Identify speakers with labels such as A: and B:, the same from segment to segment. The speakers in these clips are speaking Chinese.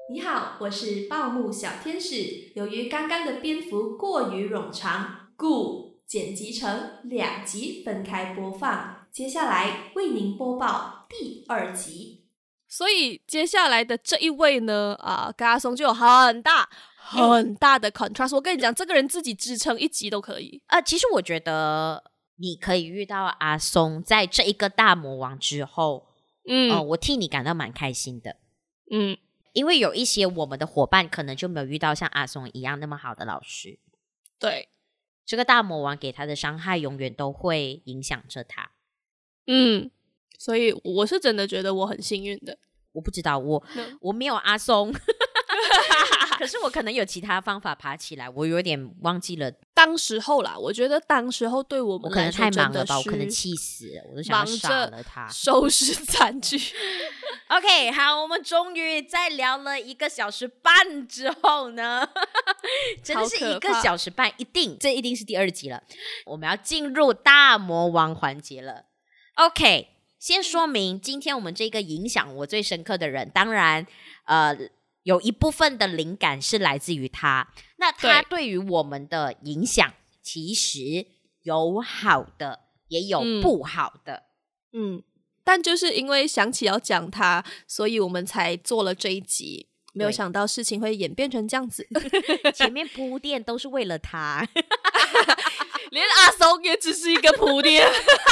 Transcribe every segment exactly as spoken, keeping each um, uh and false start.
A: 你好，我是报幕小天使。由于刚刚的篇幅过于冗长，故剪辑成两集分开播放。接下来为您播报第二集。
B: 所以接下来的这一位呢，啊、呃，跟阿松就有很大很大的 contrast。我跟你讲，这个人自己支撑一集都可以。
C: 呃，其实我觉得你可以遇到阿松，在这一个大魔王之后，嗯、呃，我替你感到蛮开心的，嗯。因为有一些我们的伙伴可能就没有遇到像阿松一样那么好的老师，
B: 对，这
C: 个大魔王给他的伤害永远都会影响着他。
B: 嗯，所以我是真的觉得我很幸运的。
C: 我不知道我、嗯、我没有阿松可是我可能有其他方法爬起来，我有点忘记了
B: 当时候啦。我觉得当时候对我们来说
C: 我可能太忙了吧，我可能气死了，我都想要杀了他，
B: 收拾残局
C: OK， 好，我们终于在聊了一个小时半之后呢真的是一个小时半，一定这一定是第二集了，我们要进入大魔王环节了。 OK， 先说明今天我们这个影响我最深刻的人，当然呃有一部分的灵感是来自于他，那他对于我们的影响其实有好的也有不好的。 嗯, 嗯
B: 但就是因为想起要讲他，所以我们才做了这一集，没有想到事情会演变成这样子
C: 前面铺垫都是为了他
B: 连阿松也只是一个铺垫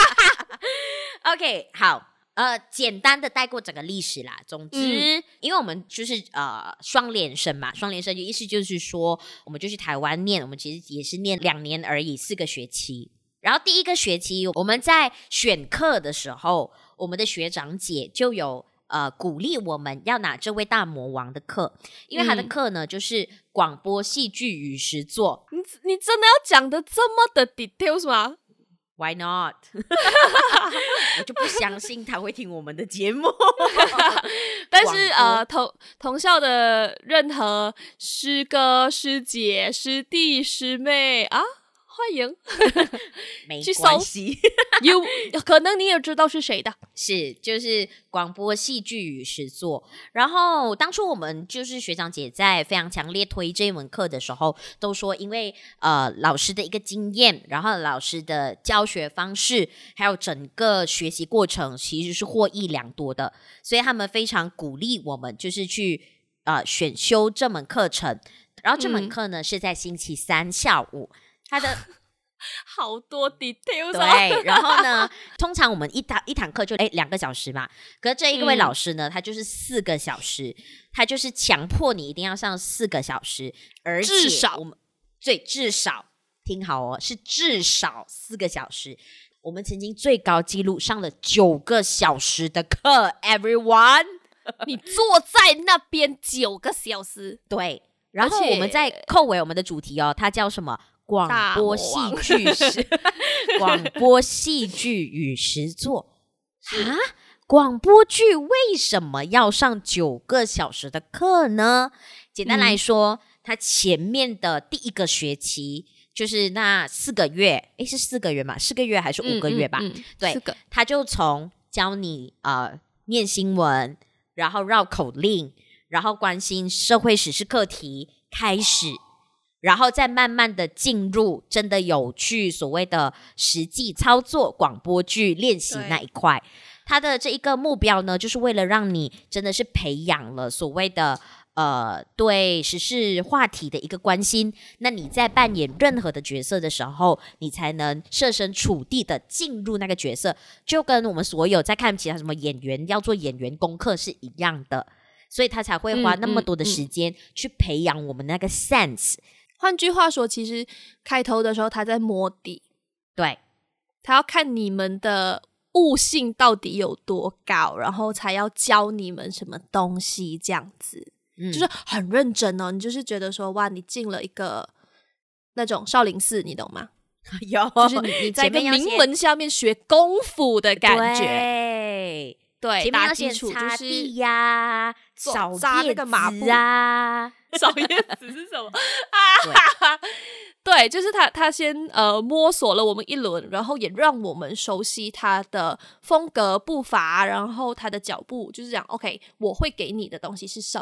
C: OK， 好，呃，简单的带过整个历史啦。总之、嗯、因为我们就是呃双联生嘛，双联生的意思就是说我们就去台湾念，我们其实也是念两年而已，四个学期。然后第一个学期我们在选课的时候，我们的学长姐就有呃鼓励我们要拿这位大魔王的课，因为他的课呢、嗯、就是广播戏剧与实作。
B: 你你真的要讲的这么的 details 吗？
C: Why not 我就不相信他会听我们的节目
B: 但是呃同同校的任何师哥师姐师弟师妹啊，欢迎
C: 没关系
B: 有可能你也知道是谁的，
C: 是就是广播戏剧与实作。然后当初我们就是学长姐在非常强烈推这一门课的时候，都说因为呃老师的一个经验，然后老师的教学方式，还有整个学习过程其实是获益良多的，所以他们非常鼓励我们就是去呃选修这门课程。然后这门课呢、嗯、是在星期三下午，他的
B: 好多 details、
C: 哦、对，然后呢通常我们一堂一堂课就哎两个小时嘛，可是这一位老师呢、嗯、他就是四个小时，他就是强迫你一定要上四个小时，而且
B: 至少
C: 我们对至少听好哦，是至少四个小时。我们曾经最高纪录上了九个小时的课 everyone
B: 你坐在那边九个小时，
C: 对，然后我们再扣回我们的主题哦，它叫什么？广播戏剧广播戏剧与实作啊！广播剧为什么要上九个小时的课呢？简单来说、嗯、它前面的第一个学期就是那四个月，诶是四个月嘛？四个月还是五个月吧？嗯嗯嗯、对，他就从教你呃念新闻，然后绕口令，然后关心社会时事课题开始。然后再慢慢的进入真的有趣所谓的实际操作广播剧练习那一块。他的这一个目标呢，就是为了让你真的是培养了所谓的呃对时事话题的一个关心，那你在扮演任何的角色的时候，你才能设身处地的进入那个角色，就跟我们所有在看其他什么演员要做演员功课是一样的，所以他才会花那么多的时间去培养我们那个 sense、嗯嗯嗯
B: 换句话说，其实开头的时候他在摸底，
C: 对，
B: 他要看你们的悟性到底有多高，然后才要教你们什么东西，这样子、嗯、就是很认真哦。你就是觉得说，哇，你进了一个那种少林寺，你懂吗？
C: 有，
B: 就是你你在一个名门下面学功夫的感觉，
C: 对
B: 对，
C: 前面要先擦地呀、啊，扫叶子啊。
B: 扫叶子是什么啊？对，就是他他先呃摸索了我们一轮，然后也让我们熟悉他的风格步伐，然后他的脚步，就是讲 OK 我会给你的东西是什么，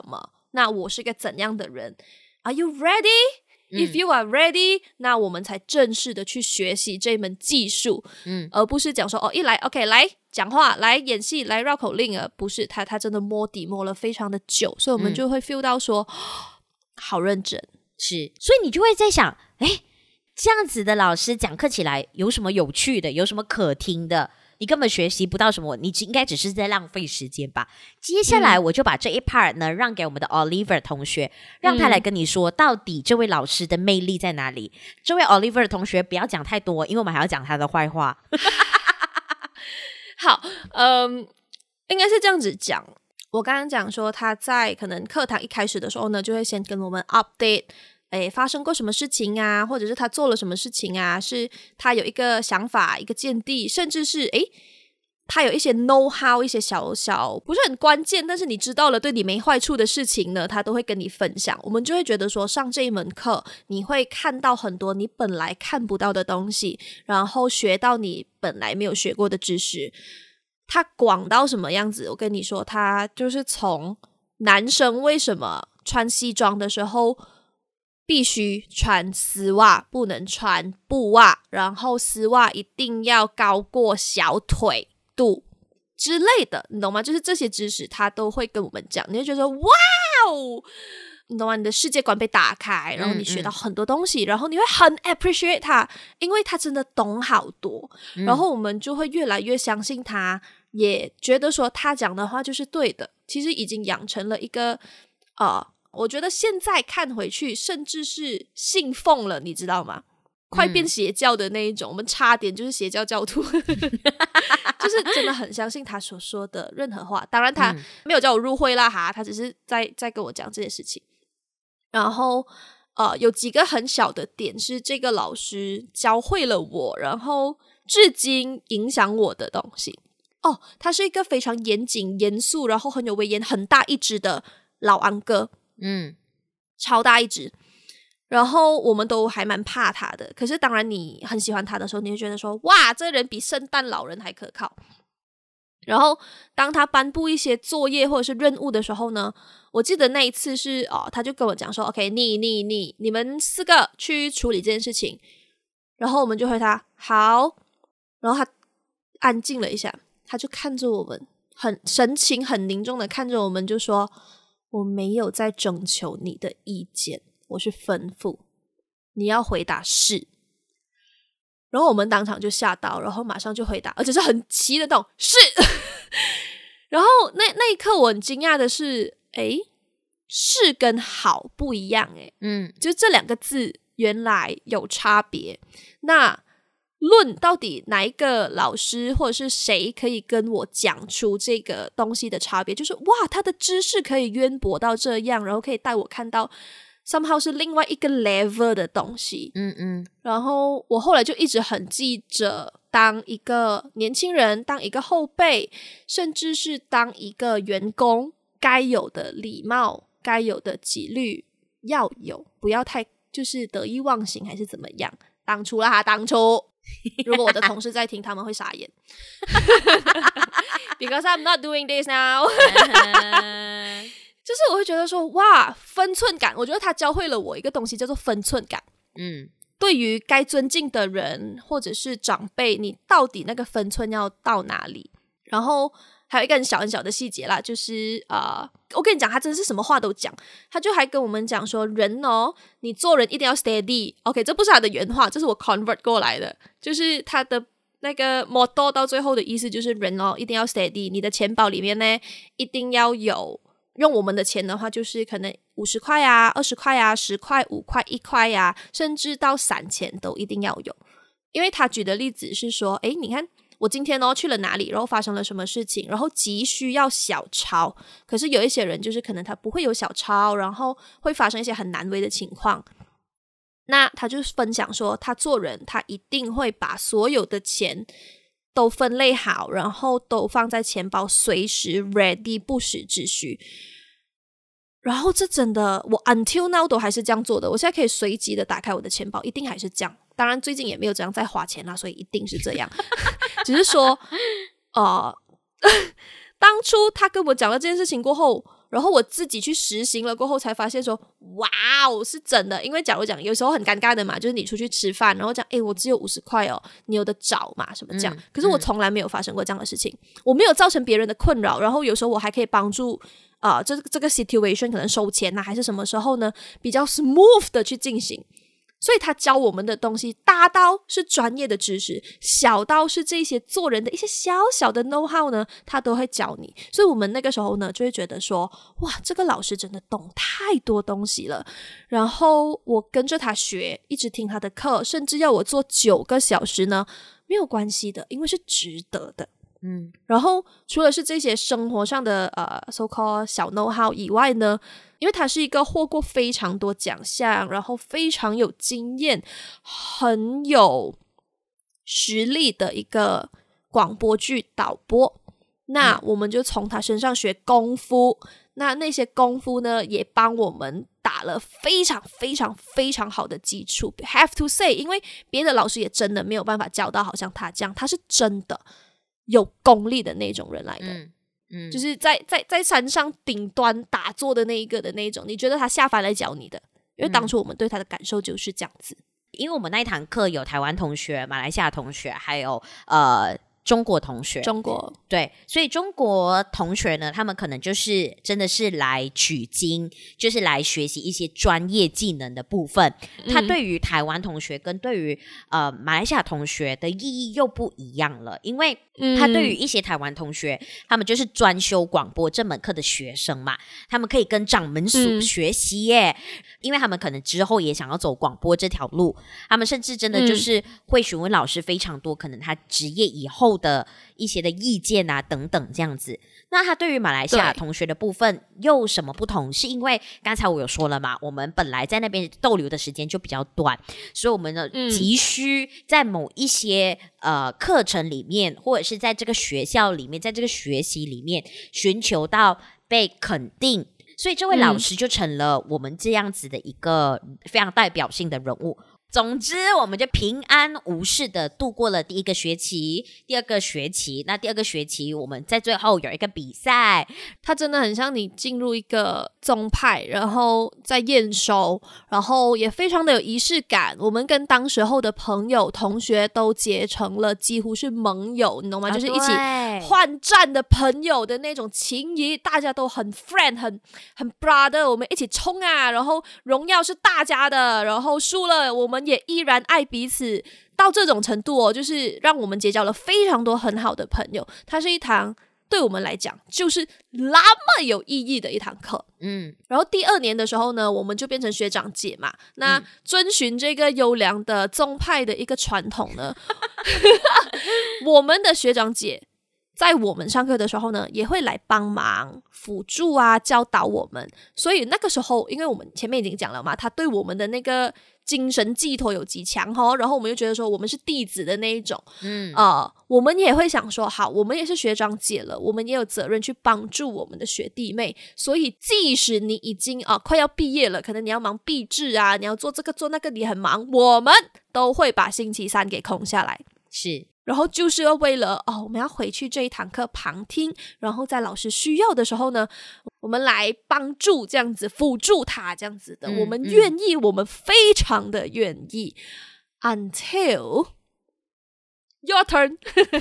B: 那我是个怎样的人 Are you ready?If you are ready， 那我们才正式的去学习这门技术，嗯，而不是讲说哦，一来 OK 来讲话，来演戏，来绕口令，而不是他他真的摸底摸了非常的久，所以我们就会 feel 到说、嗯、好认真，
C: 是，所以你就会在想，诶，这样子的老师讲课起来有什么有趣的，有什么可听的？你根本学习不到什么，你应该只是在浪费时间吧。接下来我就把这一 part 呢、嗯、让给我们的 Oliver 同学，让他来跟你说到底这位老师的魅力在哪里。这位 Oliver 同学不要讲太多，因为我们还要讲他的坏话。
B: 好，嗯，应该是这样子讲。我刚刚讲说他在可能课堂一开始的时候呢，就会先跟我们 update诶，发生过什么事情啊，或者是他做了什么事情啊，是他有一个想法，一个见地，甚至是诶他有一些 know how， 一些小小不是很关键，但是你知道了对你没坏处的事情呢，他都会跟你分享。我们就会觉得说上这一门课你会看到很多你本来看不到的东西，然后学到你本来没有学过的知识。他广到什么样子，我跟你说，他就是从男生为什么穿西装的时候必须穿丝袜，不能穿布袜，然后丝袜一定要高过小腿肚之类的，你懂吗？就是这些知识他都会跟我们讲，你就觉得哇哦，你懂吗？你的世界观被打开，然后你学到很多东西，嗯嗯然后你会很 appreciate 他，因为他真的懂好多、嗯、然后我们就会越来越相信他，也觉得说他讲的话就是对的。其实已经养成了一个呃我觉得现在看回去甚至是信奉了，你知道吗？快变邪教的那一种、嗯、我们差点就是邪教教徒就是真的很相信他所说的任何话。当然他没有叫我入会啦哈，他只是在在跟我讲这些事情。然后呃，有几个很小的点是这个老师教会了我，然后至今影响我的东西。哦，他是一个非常严谨严肃，然后很有威严，很大一只的老安哥，嗯，超大一只，然后我们都还蛮怕他的。可是当然你很喜欢他的时候，你会觉得说哇，这人比圣诞老人还可靠。然后当他颁布一些作业或者是任务的时候呢，我记得那一次是哦，他就跟我讲说 OK 你你你你们四个去处理这件事情，然后我们就回他好，然后他安静了一下，他就看着我们，很神情很凝重的看着我们，就说我没有在征求你的意见，我是吩咐你要回答是。然后我们当场就吓到，然后马上就回答，而且是很齐的那种是然后那那一刻我很惊讶的是，诶，是跟好不一样诶，嗯，就这两个字原来有差别。那论到底哪一个老师或者是谁可以跟我讲出这个东西的差别，就是哇，他的知识可以渊博到这样，然后可以带我看到somehow 是另外一个 level 的东西。嗯嗯。然后我后来就一直很记着，当一个年轻人，当一个后辈，甚至是当一个员工，该有的礼貌，该有的纪律要有，不要太就是得意忘形还是怎么样。当初啦哈，当初如果我的同事在听他们会傻眼Because I'm not doing this now 就是我会觉得说哇，分寸感，我觉得他教会了我一个东西叫做分寸感。嗯，对于该尊敬的人或者是长辈，你到底那个分寸要到哪里。然后还有一个很小很小的细节啦，就是呃，我跟你讲他真的是什么话都讲，他就还跟我们讲说人哦，你做人一定要 steady。 OK， 这不是他的原话，这是我 convert 过来的，就是他的那个 motto 到最后的意思就是人哦一定要 steady， 你的钱包里面呢一定要有，用我们的钱的话就是可能五十块啊二十块啊十块五块一块啊，甚至到散钱都一定要有。因为他举的例子是说，诶，你看我今天哦去了哪里，然后发生了什么事情，然后急需要小钞，可是有一些人就是可能他不会有小钞，然后会发生一些很难为的情况。那他就分享说他做人他一定会把所有的钱都分类好，然后都放在钱包，随时 ready 不时之需。然后这真的我 until now 都还是这样做的，我现在可以随即的打开我的钱包，一定还是这样。当然最近也没有这样在花钱啦，所以一定是这样只是说呃当初他跟我讲了这件事情过后，然后我自己去实行了过后，才发现说哇哦是真的。因为假如讲有时候很尴尬的嘛，就是你出去吃饭，然后讲诶我只有五十块哦，你有的找嘛什么这样、嗯、可是我从来没有发生过这样的事情、嗯、我没有造成别人的困扰，然后有时候我还可以帮助啊、呃，这这个 situation 可能收钱啊还是什么时候呢比较 smooth 的去进行。所以他教我们的东西大到是专业的知识，小到是这些做人的一些小小的 know how 呢，他都会教你。所以我们那个时候呢就会觉得说哇这个老师真的懂太多东西了，然后我跟着他学，一直听他的课，甚至要我做九个小时呢没有关系的，因为是值得的。嗯，然后除了是这些生活上的呃 so called 小 know how 以外呢，因为他是一个获过非常多奖项，然后非常有经验很有实力的一个广播剧导播，那我们就从他身上学功夫、嗯、那那些功夫呢也帮我们打了非常非常非常好的基础。 have to say 因为别的老师也真的没有办法教到好像他这样，他是真的有功力的那种人来的。嗯嗯，就是在在在山上顶端打坐的那一个的那种，你觉得他下凡来教你的，因为当初我们对他的感受就是这样子。嗯、
C: 因为我们那一堂课有台湾同学、马来西亚同学，还有呃中国同学。
B: 中国
C: 对，所以中国同学呢，他们可能就是真的是来取经，就是来学习一些专业技能的部分。嗯、他对于台湾同学跟对于呃马来西亚同学的意义又不一样了，因为他对于一些台湾同学、嗯、他们就是专修广播这门课的学生嘛，他们可以跟掌门叔学习耶、嗯、因为他们可能之后也想要走广播这条路，他们甚至真的就是会询问老师非常多可能他职业以后的一些的意见啊等等这样子。那他对于马来西亚同学的部分又什么不同？是因为刚才我有说了嘛，我们本来在那边逗留的时间就比较短，所以我们呢、嗯、急需在某一些呃课程里面，或者是在这个学校里面，在这个学习里面寻求到被肯定，所以这位老师就成了我们这样子的一个非常代表性的人物。总之我们就平安无事的度过了第一个学期，第二个学期，那第二个学期我们在最后有一个比赛，
B: 它真的很像你进入一个宗派，然后在验收，然后也非常的有仪式感。我们跟当时候的朋友同学都结成了几乎是盟友，你懂吗、啊、就是一起换战的朋友的那种情谊，大家都很 friend 很很 brother， 我们一起冲啊，然后荣耀是大家的，然后输了我们也依然爱彼此，到这种程度哦，就是让我们结交了非常多很好的朋友。它是一堂对我们来讲就是那么有意义的一堂课。嗯，然后第二年的时候呢，我们就变成学长姐嘛。那、嗯、遵循这个优良的宗派的一个传统呢，我们的学长姐在我们上课的时候呢，也会来帮忙辅助啊，教导我们。所以那个时候，因为我们前面已经讲了嘛，他对我们的那个精神寄托有极强齁，然后我们就觉得说我们是弟子的那一种，嗯，呃，我们也会想说，好，我们也是学长姐了，我们也有责任去帮助我们的学弟妹。所以即使你已经啊、呃、快要毕业了，可能你要忙毕制啊，你要做这个做那个，你很忙，我们都会把星期三给空下来。
C: 是。
B: 然后就是要为了哦，我们要回去这一堂课旁听，然后在老师需要的时候呢，我们来帮助这样子辅助他这样子的、嗯、我们愿意、嗯、我们非常的愿意 until your turn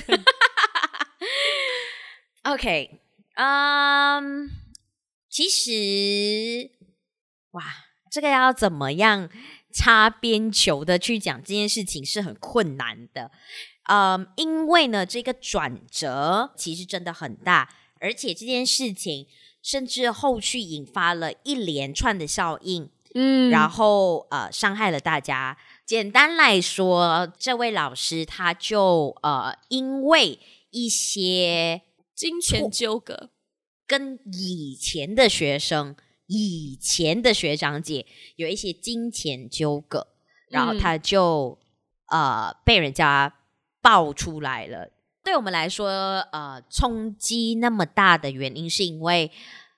C: OK 嗯、um, 其实哇这个要怎么样擦边球的去讲这件事情是很困难的。嗯，因为呢，这个转折其实真的很大，而且这件事情甚至后续引发了一连串的效应，嗯，然后呃伤害了大家。简单来说，这位老师他就呃因为一些
B: 金钱纠葛，
C: 跟以前的学生、以前的学长姐有一些金钱纠葛，然后他就、嗯、呃被人家爆出来了。对我们来说呃，冲击那么大的原因是因为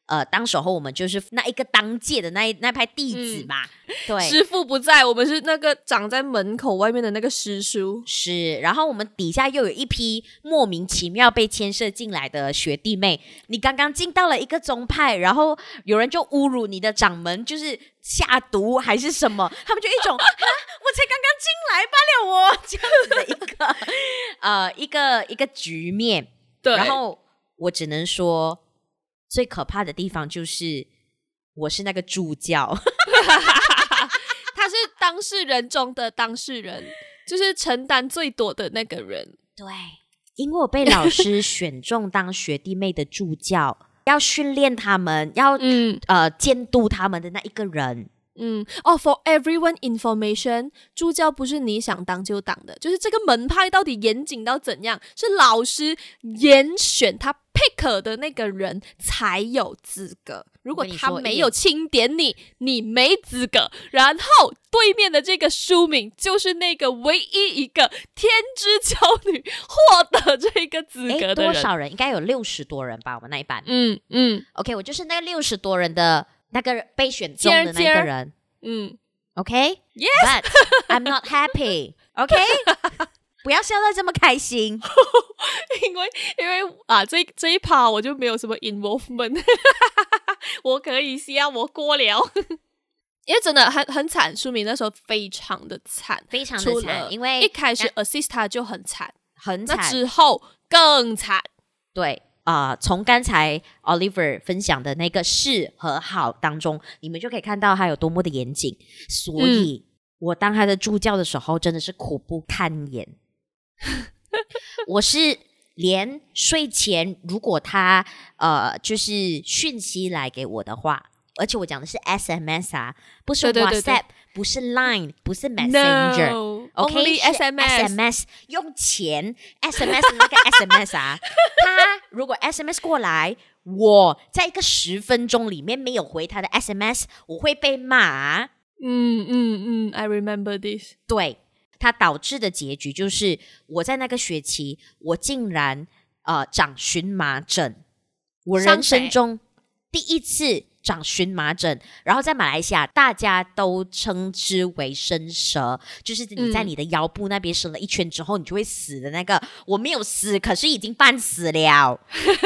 C: 呃，当时候我们就是那一个当届的那一那派弟子嘛、嗯、对，
B: 师父不在，我们是那个长在门口外面的那个师叔，
C: 是，然后我们底下又有一批莫名其妙被牵涉进来的学弟妹，你刚刚进到了一个宗派，然后有人就侮辱你的掌门，就是下毒还是什么，他们就一种我才刚刚进来罢了我这样子的一个呃一个一个局面。
B: 对，
C: 然后我只能说最可怕的地方就是我是那个助教
B: 他是当事人中的当事人，就是承担最多的那个人。
C: 对，因为我被老师选中当学弟妹的助教要训练他们，要、嗯、呃监督他们的那一个人。
B: 嗯，哦、oh, ，for everyone information， 助教不是你想当就当的，就是这个门派到底严谨到怎样，是老师严选他 pick 的那个人才有资格。如果他没有钦点你，你没资格。然后对面的这个书名就是那个唯一一个天之骄女获得这个资格的人。
C: 多少人？应该有六十多人吧，我们那一班。
B: 嗯嗯
C: ，OK， 我就是那六十多人的那个被选中的那个人。
B: 嗯
C: ，OK，Yes，、okay? But I'm not happy。OK， 不要笑得这么开心，
B: 因为因为啊，这这一趴我就没有什么 involvement， 我可以笑，我过了。因为真的很很惨，书明那时候非常的惨，
C: 非常的惨，因为
B: 一开始 assist 他就很惨，
C: 很惨，
B: 那之后更惨。
C: 对。啊、呃，从刚才 Oliver 分享的那个是和好当中，你们就可以看到他有多么的严谨。所以、嗯、我当他的助教的时候，真的是苦不堪言。我是连睡前，如果他呃就是讯息来给我的话，而且我讲的是 S M S 啊，不是 WhatsApp，
B: 对对对对，
C: 不是 Line， 不是 Messenger，OK，、no,、
B: okay? S M S，
C: S M S 用钱 S M S 那个 S M S 啊，他如果 S M S 过来，我在一个十分钟里面没有回他的 S M S， 我会被骂。
B: 嗯嗯嗯 ，I remember this。
C: 对，它导致的结局就是我在那个学期，我竟然呃长荨麻疹，我人生中第一次长荨麻疹，然后在马来西亚大家都称之为生蛇，就是你在你的腰部那边生了一圈之后、嗯、你就会死的那个。我没有死，可是已经半死了。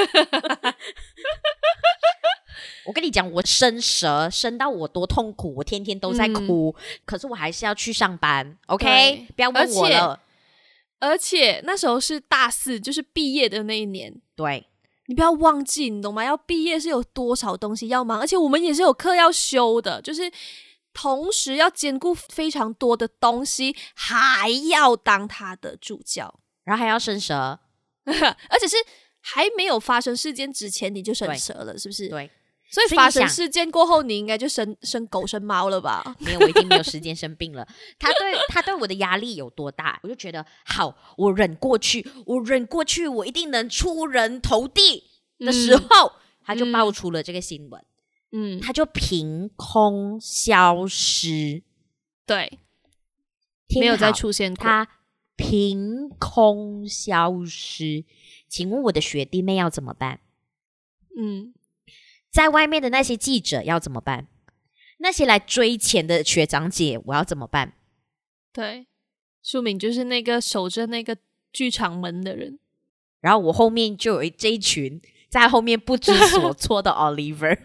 C: 我跟你讲，我生蛇生到我多痛苦，我天天都在哭、嗯、可是我还是要去上班。 OK， 不要问我了。
B: 而且, 而且那时候是大四，就是毕业的那一年。
C: 对，
B: 你不要忘记，你懂吗？要毕业是有多少东西要忙，而且我们也是有课要修的，就是同时要兼顾非常多的东西，还要当他的助教，
C: 然后还要生蛇
B: 而且是还没有发生事件之前你就生蛇了，是不是？
C: 对，
B: 所以发生事件过后你应该就生生狗生猫了吧？
C: 没有，我已经没有时间生病了。他对他对我的压力有多大，我就觉得好，我忍过去，我忍过去，我一定能出人头地的时候、嗯、他就爆出了这个新闻。嗯，他就凭空消失。
B: 对，没有再出现过。
C: 他凭空消失，请问我的学弟妹要怎么办？嗯，在外面的那些记者要怎么办？那些来追钱的学长姐我要怎么办？
B: 对，书敏就是那个守着那个剧场门的人，
C: 然后我后面就有这一群在后面不知所措的 Oliver。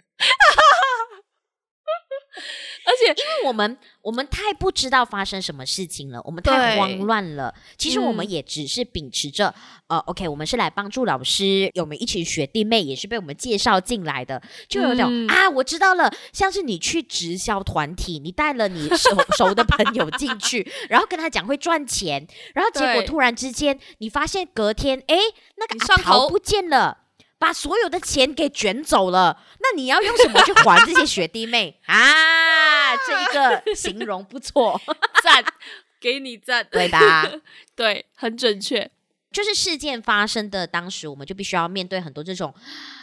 C: 而且因为我们我们太不知道发生什么事情了，我们太慌乱了。其实我们也只是秉持着、嗯、呃 OK， 我们是来帮助老师，有我们一群学弟妹也是被我们介绍进来的，就有种、嗯、啊我知道了，像是你去直销团体，你带了你熟熟的朋友进去然后跟他讲会赚钱，然后结果突然之间你发现隔天诶那个阿桃不见了，把所有的钱给卷走了，那你要用什么去还这些学弟妹啊？这一个形容不错，
B: 赞，给你赞，
C: 对吧？
B: 对，很准确。
C: 就是事件发生的当时，我们就必须要面对很多这种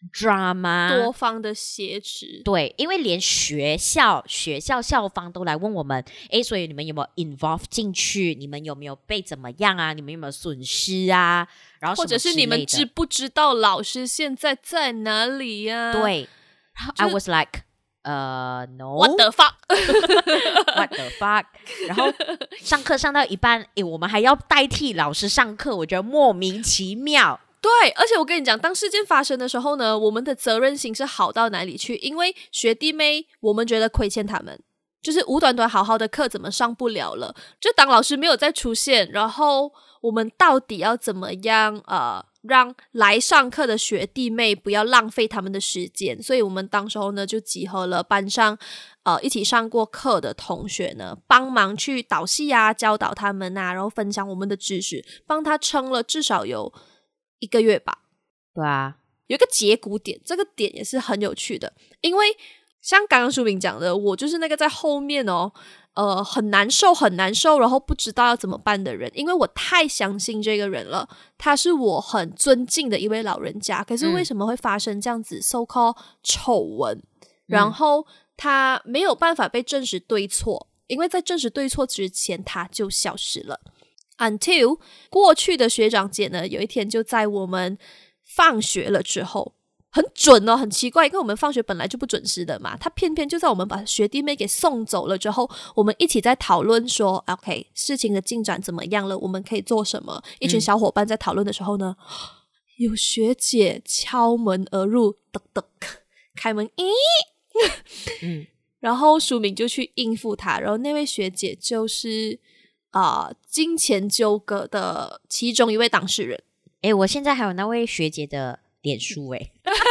C: drama
B: 多方的挟持。
C: 对，因为连学校学校校方都来问我们，诶，所以你们有没有 involve 进去？你们有没有被怎么样啊？你们有没有损失啊？然后什么
B: 或者是你们知不知道老师现在在哪里呀、啊？
C: 对 I was like 呃、uh, no
B: What the fuck
C: What the fuck 然后上课上到一半，诶，我们还要代替老师上课，我觉得莫名其妙。
B: 对，而且我跟你讲，当事件发生的时候呢，我们的责任心是好到哪里去？因为学弟妹，我们觉得亏欠他们，就是无端端好好的课怎么上不了了？就当老师没有再出现，然后我们到底要怎么样呃，让来上课的学弟妹不要浪费他们的时间？所以我们当时候呢，就集合了班上呃一起上过课的同学呢，帮忙去导系啊，教导他们啊，然后分享我们的知识，帮他撑了至少有一个月吧。
C: 对啊，
B: 有一个节骨点，这个点也是很有趣的，因为像刚刚书明讲的，我就是那个在后面哦，呃，很难受很难受，然后不知道要怎么办的人，因为我太相信这个人了，他是我很尊敬的一位老人家，可是为什么会发生这样子 so called 丑闻、嗯、然后他没有办法被证实对错，因为在证实对错之前他就消失了。Until 过去的学长姐呢，有一天就在我们放学了之后，很准哦，很奇怪，因为我们放学本来就不准时的嘛，他偏偏就在我们把学弟妹给送走了之后，我们一起在讨论说 OK 事情的进展怎么样了，我们可以做什么、嗯、一群小伙伴在讨论的时候呢，有学姐敲门而入，噔噔开门咦嗯，然后书明就去应付他，然后那位学姐就是啊、呃，金钱纠葛的其中一位当事人。
C: 诶，我现在还有那位学姐的脸书诶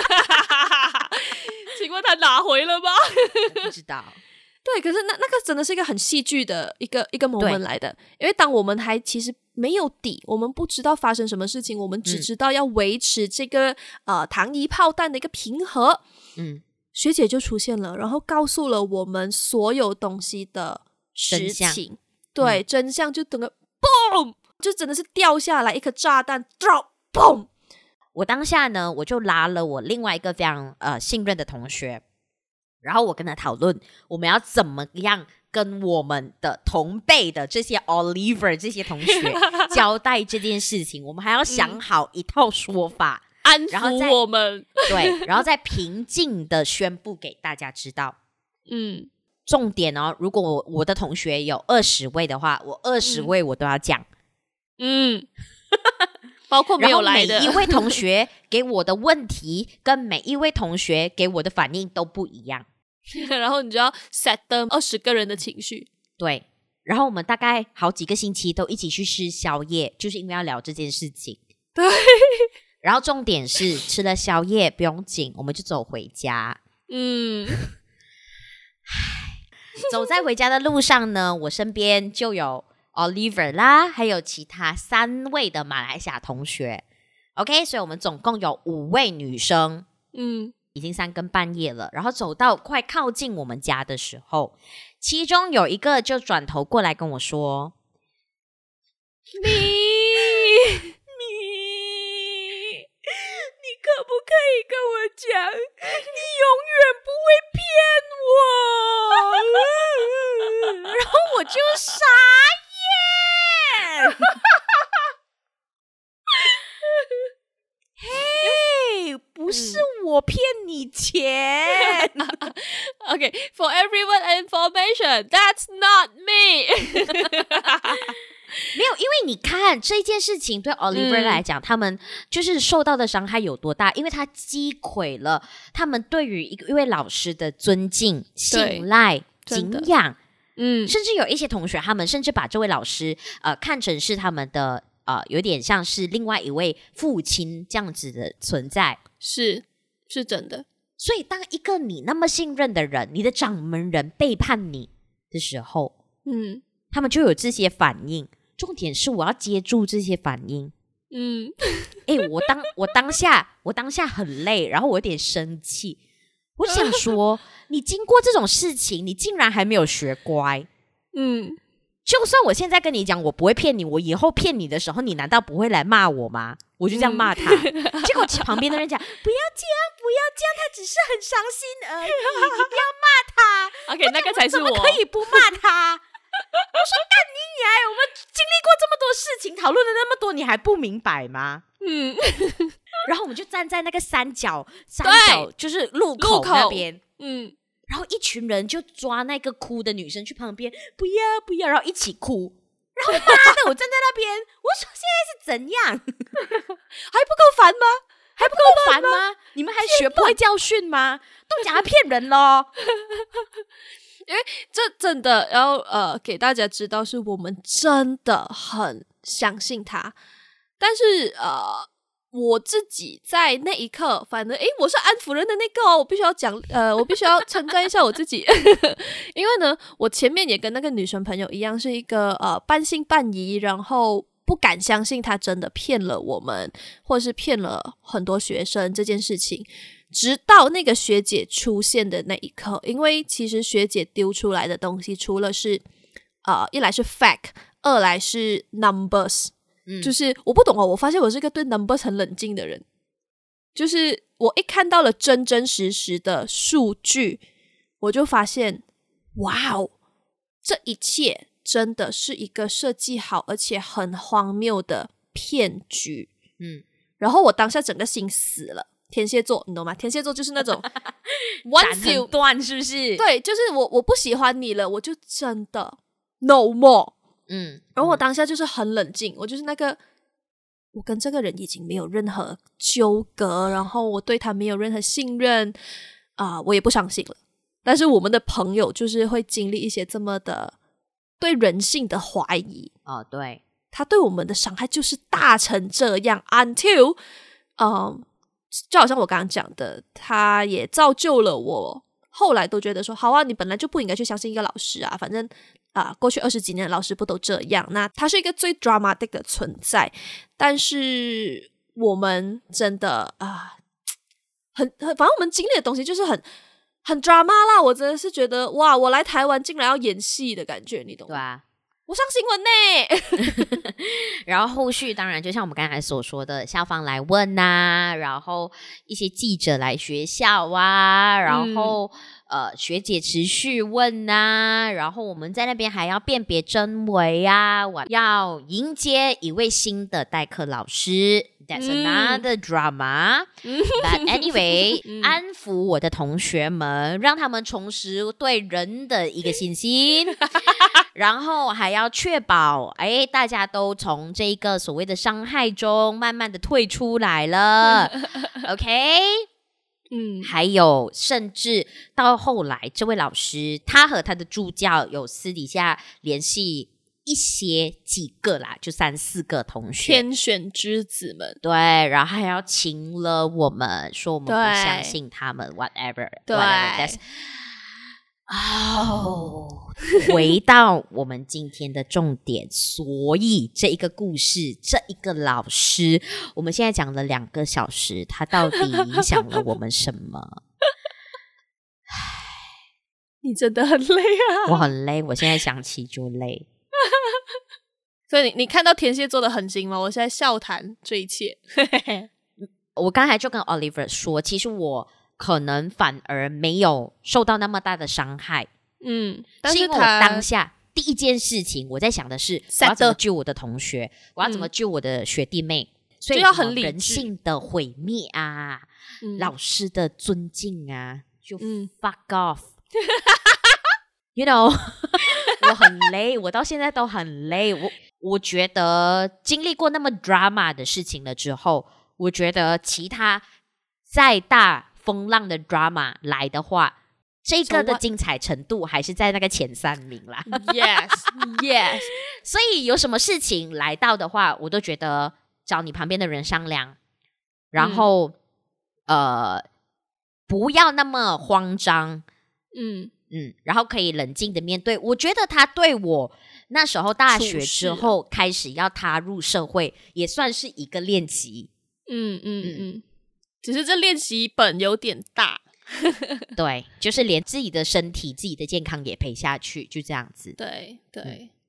B: 请问他拿回了吗？
C: 不知道。
B: 对，可是那那个真的是一个很戏剧的一个一个 moment 来的，因为当我们还其实没有底，我们不知道发生什么事情，我们只知道要维持这个、嗯、呃糖衣炮弹的一个平和。嗯，学姐就出现了，然后告诉了我们所有东西的实情。对、嗯，真相就等个嘣，就真的是掉下来一颗炸弹 drop 嘣。
C: 我当下呢，我就拉了我另外一个非常呃信任的同学，然后我跟他讨论我们要怎么样跟我们的同辈的这些 Oliver 这些同学交代这件事情，我们还要想好一套说法、
B: 嗯、安抚我们，
C: 对，然后再平静的宣布给大家知道。嗯，重点哦，如果 我, 我的同学有二十位的话，我二十位我都要讲。嗯。
B: 包括没有来的，
C: 然后每一位同学给我的问题跟每一位同学给我的反应都不一样
B: 然后你就要 set them 二十个人的情绪。
C: 对，然后我们大概好几个星期都一起去吃宵夜，就是因为要聊这件事情。
B: 对，
C: 然后重点是吃了宵夜不用紧，我们就走回家。嗯走在回家的路上呢，我身边就有Oliver 啦，还有其他三位的马来西亚同学 OK， 所以我们总共有五位女生。嗯，已经三更半夜了，然后走到快靠近我们家的时候，其中有一个就转头过来跟我说，咪咪你可不可以跟我讲你永远不会骗我然后我就傻嘿，不是我骗你钱、嗯、
B: OK for everyone information that's not me
C: 没有，因为你看这件事情对 Oliver 来讲、嗯、他们就是受到的伤害有多大，因为他击溃了他们对于一位老师的尊敬、信赖、敬仰。嗯，甚至有一些同学他们甚至把这位老师呃看成是他们的呃有点像是另外一位父亲这样子的存在。
B: 是是真的。
C: 所以当一个你那么信任的人，你的掌门人背叛你的时候，嗯，他们就有这些反应。重点是我要接住这些反应。嗯，哎、欸，我当我当下我当下很累，然后我有点生气。我想说你经过这种事情你竟然还没有学乖。嗯，就算我现在跟你讲我不会骗你，我以后骗你的时候你难道不会来骂我吗？ 我就这样骂他，嗯、结果旁边的人讲不要这样，不要这样，他只是很伤心而已，你不要骂他。
B: OK， 那个才是我，
C: 怎么可以不骂他？我说干你娘！我们经历过这么多事情，讨论了那么多，你还不明白吗？嗯，然后我们就站在那个山脚，山脚就是路口那边，嗯，然后一群人就抓那个哭的女生去旁边，不要不要，然后一起哭。然后妈的，我站在那边，我说现在是怎样？
B: 还不够烦吗？
C: 还不够烦吗？你们还学不会教训吗？都讲他骗人咯。
B: 因为这真的要呃给大家知道，是我们真的很相信他，但是呃我自己在那一刻，反正诶我是安抚人的那个哦，我必须要讲呃我必须要称赞一下我自己，因为呢我前面也跟那个女生朋友一样，是一个呃半信半疑，然后不敢相信他真的骗了我们，或是骗了很多学生这件事情。直到那个学姐出现的那一刻，因为其实学姐丢出来的东西，除了是呃一来是 fact， 二来是 numbers，嗯，就是我不懂哦，我发现我是一个对 numbers 很冷静的人，就是我一看到了真真实实的数据，我就发现，哇哦，这一切真的是一个设计好而且很荒谬的骗局，嗯，然后我当下整个心死了。天蝎座你懂吗？天蝎座就是那种
C: 斩很断，是不是？
B: 对，就是我我不喜欢你了，我就真的 no more。 嗯，然后我当下就是很冷静，我就是那个我跟这个人已经没有任何纠葛，然后我对他没有任何信任啊、呃，我也不相信了。但是我们的朋友就是会经历一些这么的对人性的怀疑
C: 哦，对，
B: 他对我们的伤害就是大成这样 until 嗯、呃就好像我刚刚讲的，他也造就了我后来都觉得说，好啊，你本来就不应该去相信一个老师啊，反正啊、呃，过去二十几年的老师不都这样，那他是一个最 dramatic 的存在，但是我们真的啊、呃，很很反正我们经历的东西就是很很 drama 啦，我真的是觉得哇，我来台湾竟然要演戏的感觉，你懂吗？
C: 对啊，
B: 我上新闻
C: 呢。然后后续当然就像我们刚才所说的，校方来问啊，然后一些记者来学校啊，然后、嗯、呃学姐持续问啊，然后我们在那边还要辨别真伪啊，我要迎接一位新的代课老师。That's another drama、嗯、But anyway、嗯、安抚我的同学们，让他们重拾对人的一个信心然后还要确保哎，大家都从这个所谓的伤害中慢慢的退出来了OK， 嗯，还有甚至到后来这位老师他和他的助教有私底下联系一些几个啦，就三四个同学，
B: 天选之子们，
C: 对，然后还要请了我们，说我们不相信他们 whatever，
B: 对
C: whatever， 哦，回到我们今天的重点，所以这一个故事，这一个老师，我们现在讲了两个小时，他到底影响了我们什么？
B: 你真的很累啊！
C: 我很累，我现在想起就累。
B: 所以 你, 你看到天蝎座的狠心吗？我现在笑谈这一切。
C: 我刚才就跟 Oliver 说，其实我可能反而没有受到那么大的伤害，嗯，但是, 是因为我当下第一件事情我在想的是我要怎么救我的同学，我要怎么救我的学弟妹，嗯、所以
B: 就要很理智，
C: 人性的毁灭啊、嗯，老师的尊敬啊，就 fuck off。You know 我很累，我到现在都很累，我我觉得经历过那么 drama 的事情了之后，我觉得其他再大风浪的 drama 来的话，这个的精彩程度还是在那个前三名啦。
B: Yes Yes
C: 所以有什么事情来到的话，我都觉得找你旁边的人商量，然后、嗯、呃不要那么慌张，嗯嗯，然后可以冷静的面对。我觉得他对我那时候大学之后开始要踏入社会，也算是一个练习。嗯
B: 嗯嗯嗯，只是这练习本有点大。
C: 对，就是连自己的身体、自己的健康也陪下去，就这样子。
B: 对对、嗯，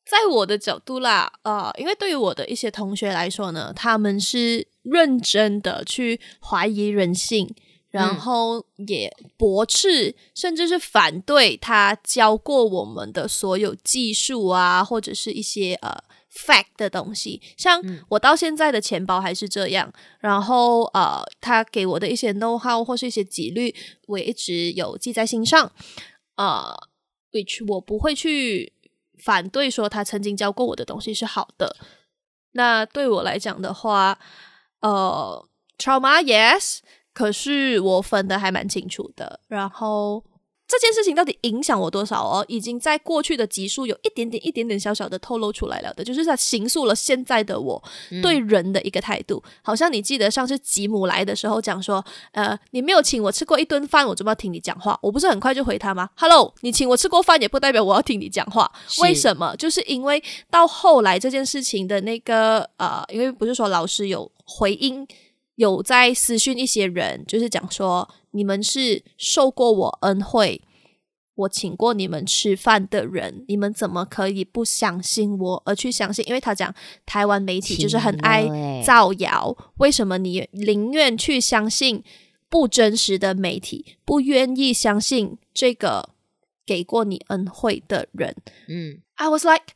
B: 在我的角度啦，呃，因为对于我的一些同学来说呢，他们是认真的去怀疑人性，然后也驳斥甚至是反对他教过我们的所有技术啊，或者是一些呃 fact 的东西。像我到现在的钱包还是这样，然后呃，他给我的一些 know how 或是一些纪律，我也一直有记在心上，呃 which 我不会去反对说他曾经教过我的东西是好的。那对我来讲的话，呃 trauma yes， 可是我分的还蛮清楚的，然后这件事情到底影响我多少哦，已经在过去的集数有一点点一点点小小的透露出来了的，就是它形塑了现在的我对人的一个态度、嗯、好像你记得上次吉姆来的时候讲说呃，你没有请我吃过一顿饭，我怎么要听你讲话？我不是很快就回他吗？ Hello， 你请我吃过饭也不代表我要听你讲话。为什么？就是因为到后来这件事情的那个呃，因为不是说老师有回应，有在私讯一些人，就是讲说你们是受过我恩惠，我请过你们吃饭的人，你们怎么可以不相信我而去相信？因为他讲台湾媒体就是很爱造谣，为什么你宁愿去相信不真实的媒体，不愿意相信这个给过你恩惠的人？嗯 I was like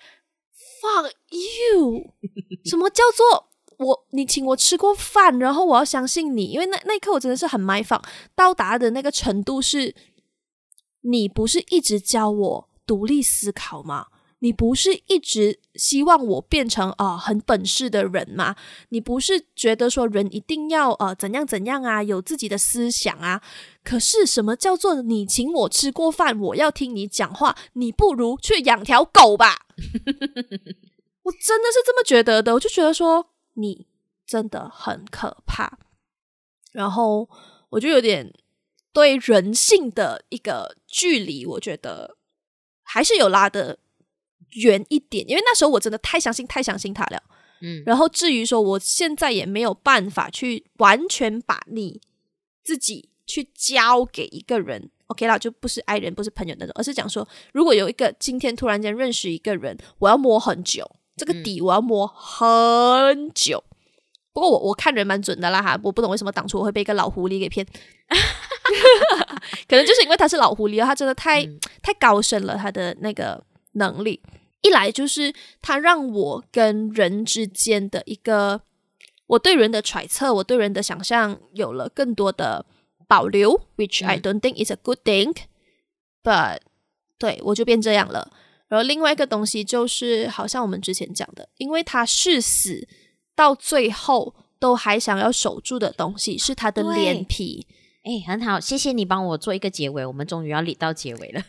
B: fuck you 什么叫做我你请我吃过饭，然后我要相信你？因为那那一刻我真的是很埋放，到达的那个程度是，你不是一直教我独立思考吗？你不是一直希望我变成呃很本事的人吗？你不是觉得说人一定要呃怎样怎样啊，有自己的思想啊？可是什么叫做你请我吃过饭，我要听你讲话？你不如去养条狗吧！我真的是这么觉得的，我就觉得说你真的很可怕，然后我就有点对人性的一个距离，我觉得还是有拉得远一点，因为那时候我真的太相信太相信他了。嗯，然后至于说我现在也没有办法去完全把你自己去交给一个人 OK 啦，就不是爱人不是朋友那种，而是讲说如果有一个今天突然间认识一个人，我要摸很久，这个底我要摸很久、嗯、不过我我看人蛮准的啦哈，我不懂为什么当初我会被一个老狐狸给骗可能就是因为他是老狐狸，他真的太、嗯、太高深了，他的那个能力。一来就是他让我跟人之间的一个我对人的揣测，我对人的想象有了更多的保留 which I don't think is a good thing、嗯、but 对我就变这样了。然后另外一个东西就是好像我们之前讲的，因为他誓死到最后都还想要守住的东西是他的脸皮。
C: 哎，很好，谢谢你帮我做一个结尾，我们终于要理到结尾了。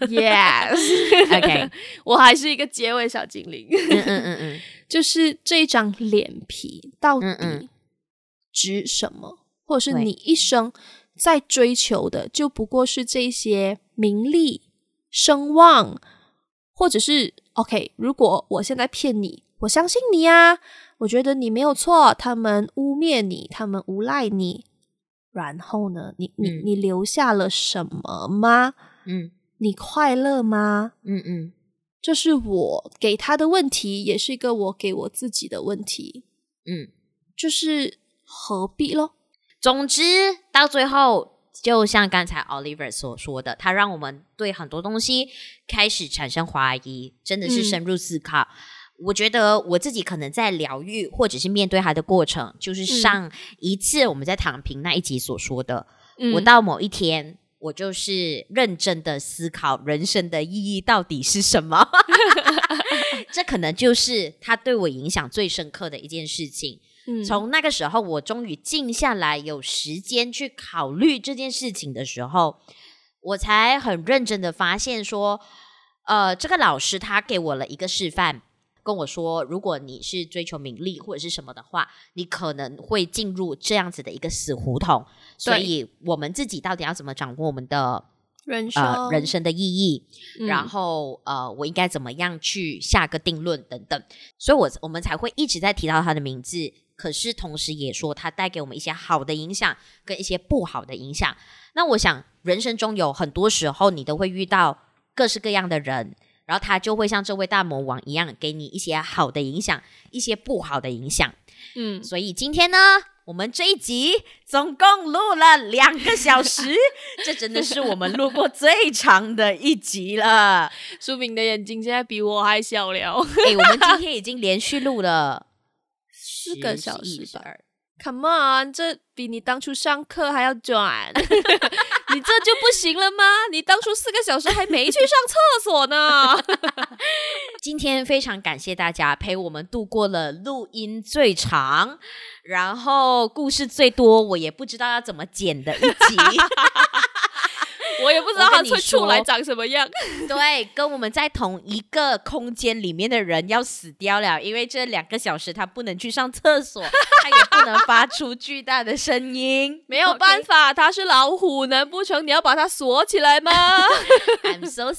B: Yes
C: OK
B: 我还是一个结尾小精灵
C: 嗯嗯嗯嗯，
B: 就是这张脸皮到底值什么、嗯嗯、或者是你一生在追求的就不过是这些名利声望，或者是 OK 如果我现在骗你，我相信你啊，我觉得你没有错，他们污蔑你，他们诬赖你，然后呢你你、嗯、你留下了什么吗？嗯，你快乐吗？嗯嗯，这是我给他的问题，也是一个我给我自己的问题。嗯，就是何必咯。
C: 总之到最后就像刚才 Oliver 所说的，他让我们对很多东西开始产生怀疑，真的是深入思考、嗯，我觉得我自己可能在疗愈或者是面对它的过程，就是上一次我们在躺平那一集所说的、嗯、我到某一天我就是认真的思考人生的意义到底是什么这可能就是它对我影响最深刻的一件事情、嗯、从那个时候我终于静下来有时间去考虑这件事情的时候，我才很认真的发现说呃，这个老师他给我了一个示范，跟我说如果你是追求名利或者是什么的话，你可能会进入这样子的一个死胡同，所以我们自己到底要怎么掌握我们的
B: 人生、
C: 呃、人生的意义、嗯、然后呃，我应该怎么样去下个定论等等，所以我我们才会一直在提到他的名字，可是同时也说他带给我们一些好的影响跟一些不好的影响。那我想人生中有很多时候你都会遇到各式各样的人， 然后它就会像这位大魔王一样给你一些好的影响，一些不好的影响。嗯，所以今天呢我们这一集总共录了两个小时这真的是我们录过最长的一集了。
B: 书明的眼睛现在比我还小了
C: 欸，我们今天已经连续录了
B: 四个小时吧。Come on， 这比你当初上课还要短你这就不行了吗？你当初四个小时还没去上厕所呢
C: 今天非常感谢大家陪我们度过了录音最长，然后故事最多，我也不知道要怎么剪的一集
B: 我也不知道它会出来长什么样
C: 对，跟我们在同一个空间里面的人要死掉了，因为这两个小时他不能去上厕所他也不能发出巨大的声音
B: 没有办法，他是老虎，难不成你要把它锁起来吗
C: I'm so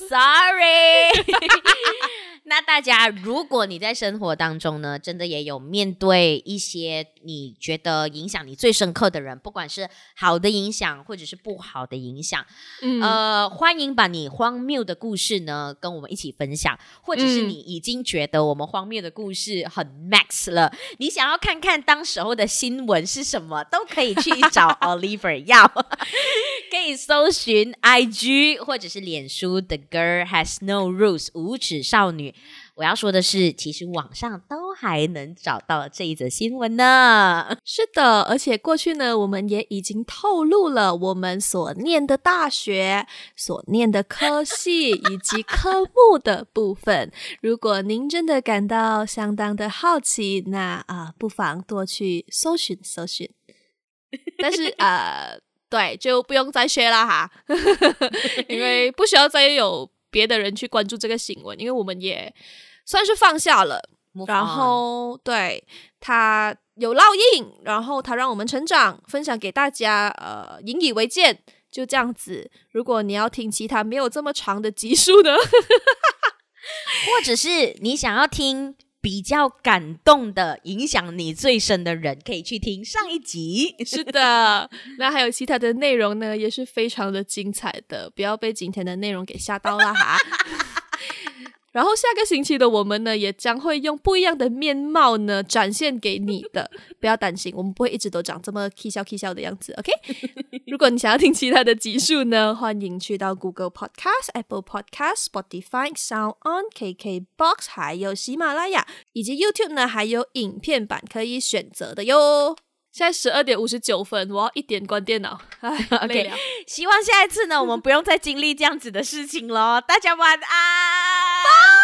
C: sorry 那大家如果你在生活当中呢真的也有面对一些你觉得影响你最深刻的人，不管是好的影响或者是不好的影响、嗯、呃，欢迎把你荒谬的故事呢跟我们一起分享，或者是你已经觉得我们荒谬的故事很 max 了、嗯、你想要看看当时候的新闻是什么，都可以去找 Oliver 要可以搜寻 I G 或者是脸书 The Girl Has No Rules 无耻少女。我要说的是其实网上都还能找到这一则新闻呢。
B: 是的，而且过去呢我们也已经透露了我们所念的大学，所念的科系以及科目的部分如果您真的感到相当的好奇，那、呃、不妨多去搜寻搜寻但是呃，对，就不用再学了哈因为不需要再有别的人去关注这个新闻，因为我们也算是放下了，然后对他有烙印，然后他让我们成长，分享给大家，呃，引以为戒，就这样子。如果你要听其他没有这么长的集数呢
C: 或者是你想要听比较感动的影响你最深的人，可以去听上一集
B: 是的，那还有其他的内容呢也是非常的精彩的，不要被今天的内容给吓到了哈然后下个星期的我们呢也将会用不一样的面貌呢展现给你的不要担心，我们不会一直都长这么 k 笑 k 笑的样子 OK 如果你想要听其他的集数呢，欢迎去到 Google Podcast Apple Podcast Spotify Sound On K K Box 还有喜马拉雅以及 YouTube 呢还有影片版可以选择的哟。现在十二点五十九分，我要一点关电脑。哎，累了。
C: Okay, 希望下一次呢，我们不用再经历这样子的事情咯。大家晚安。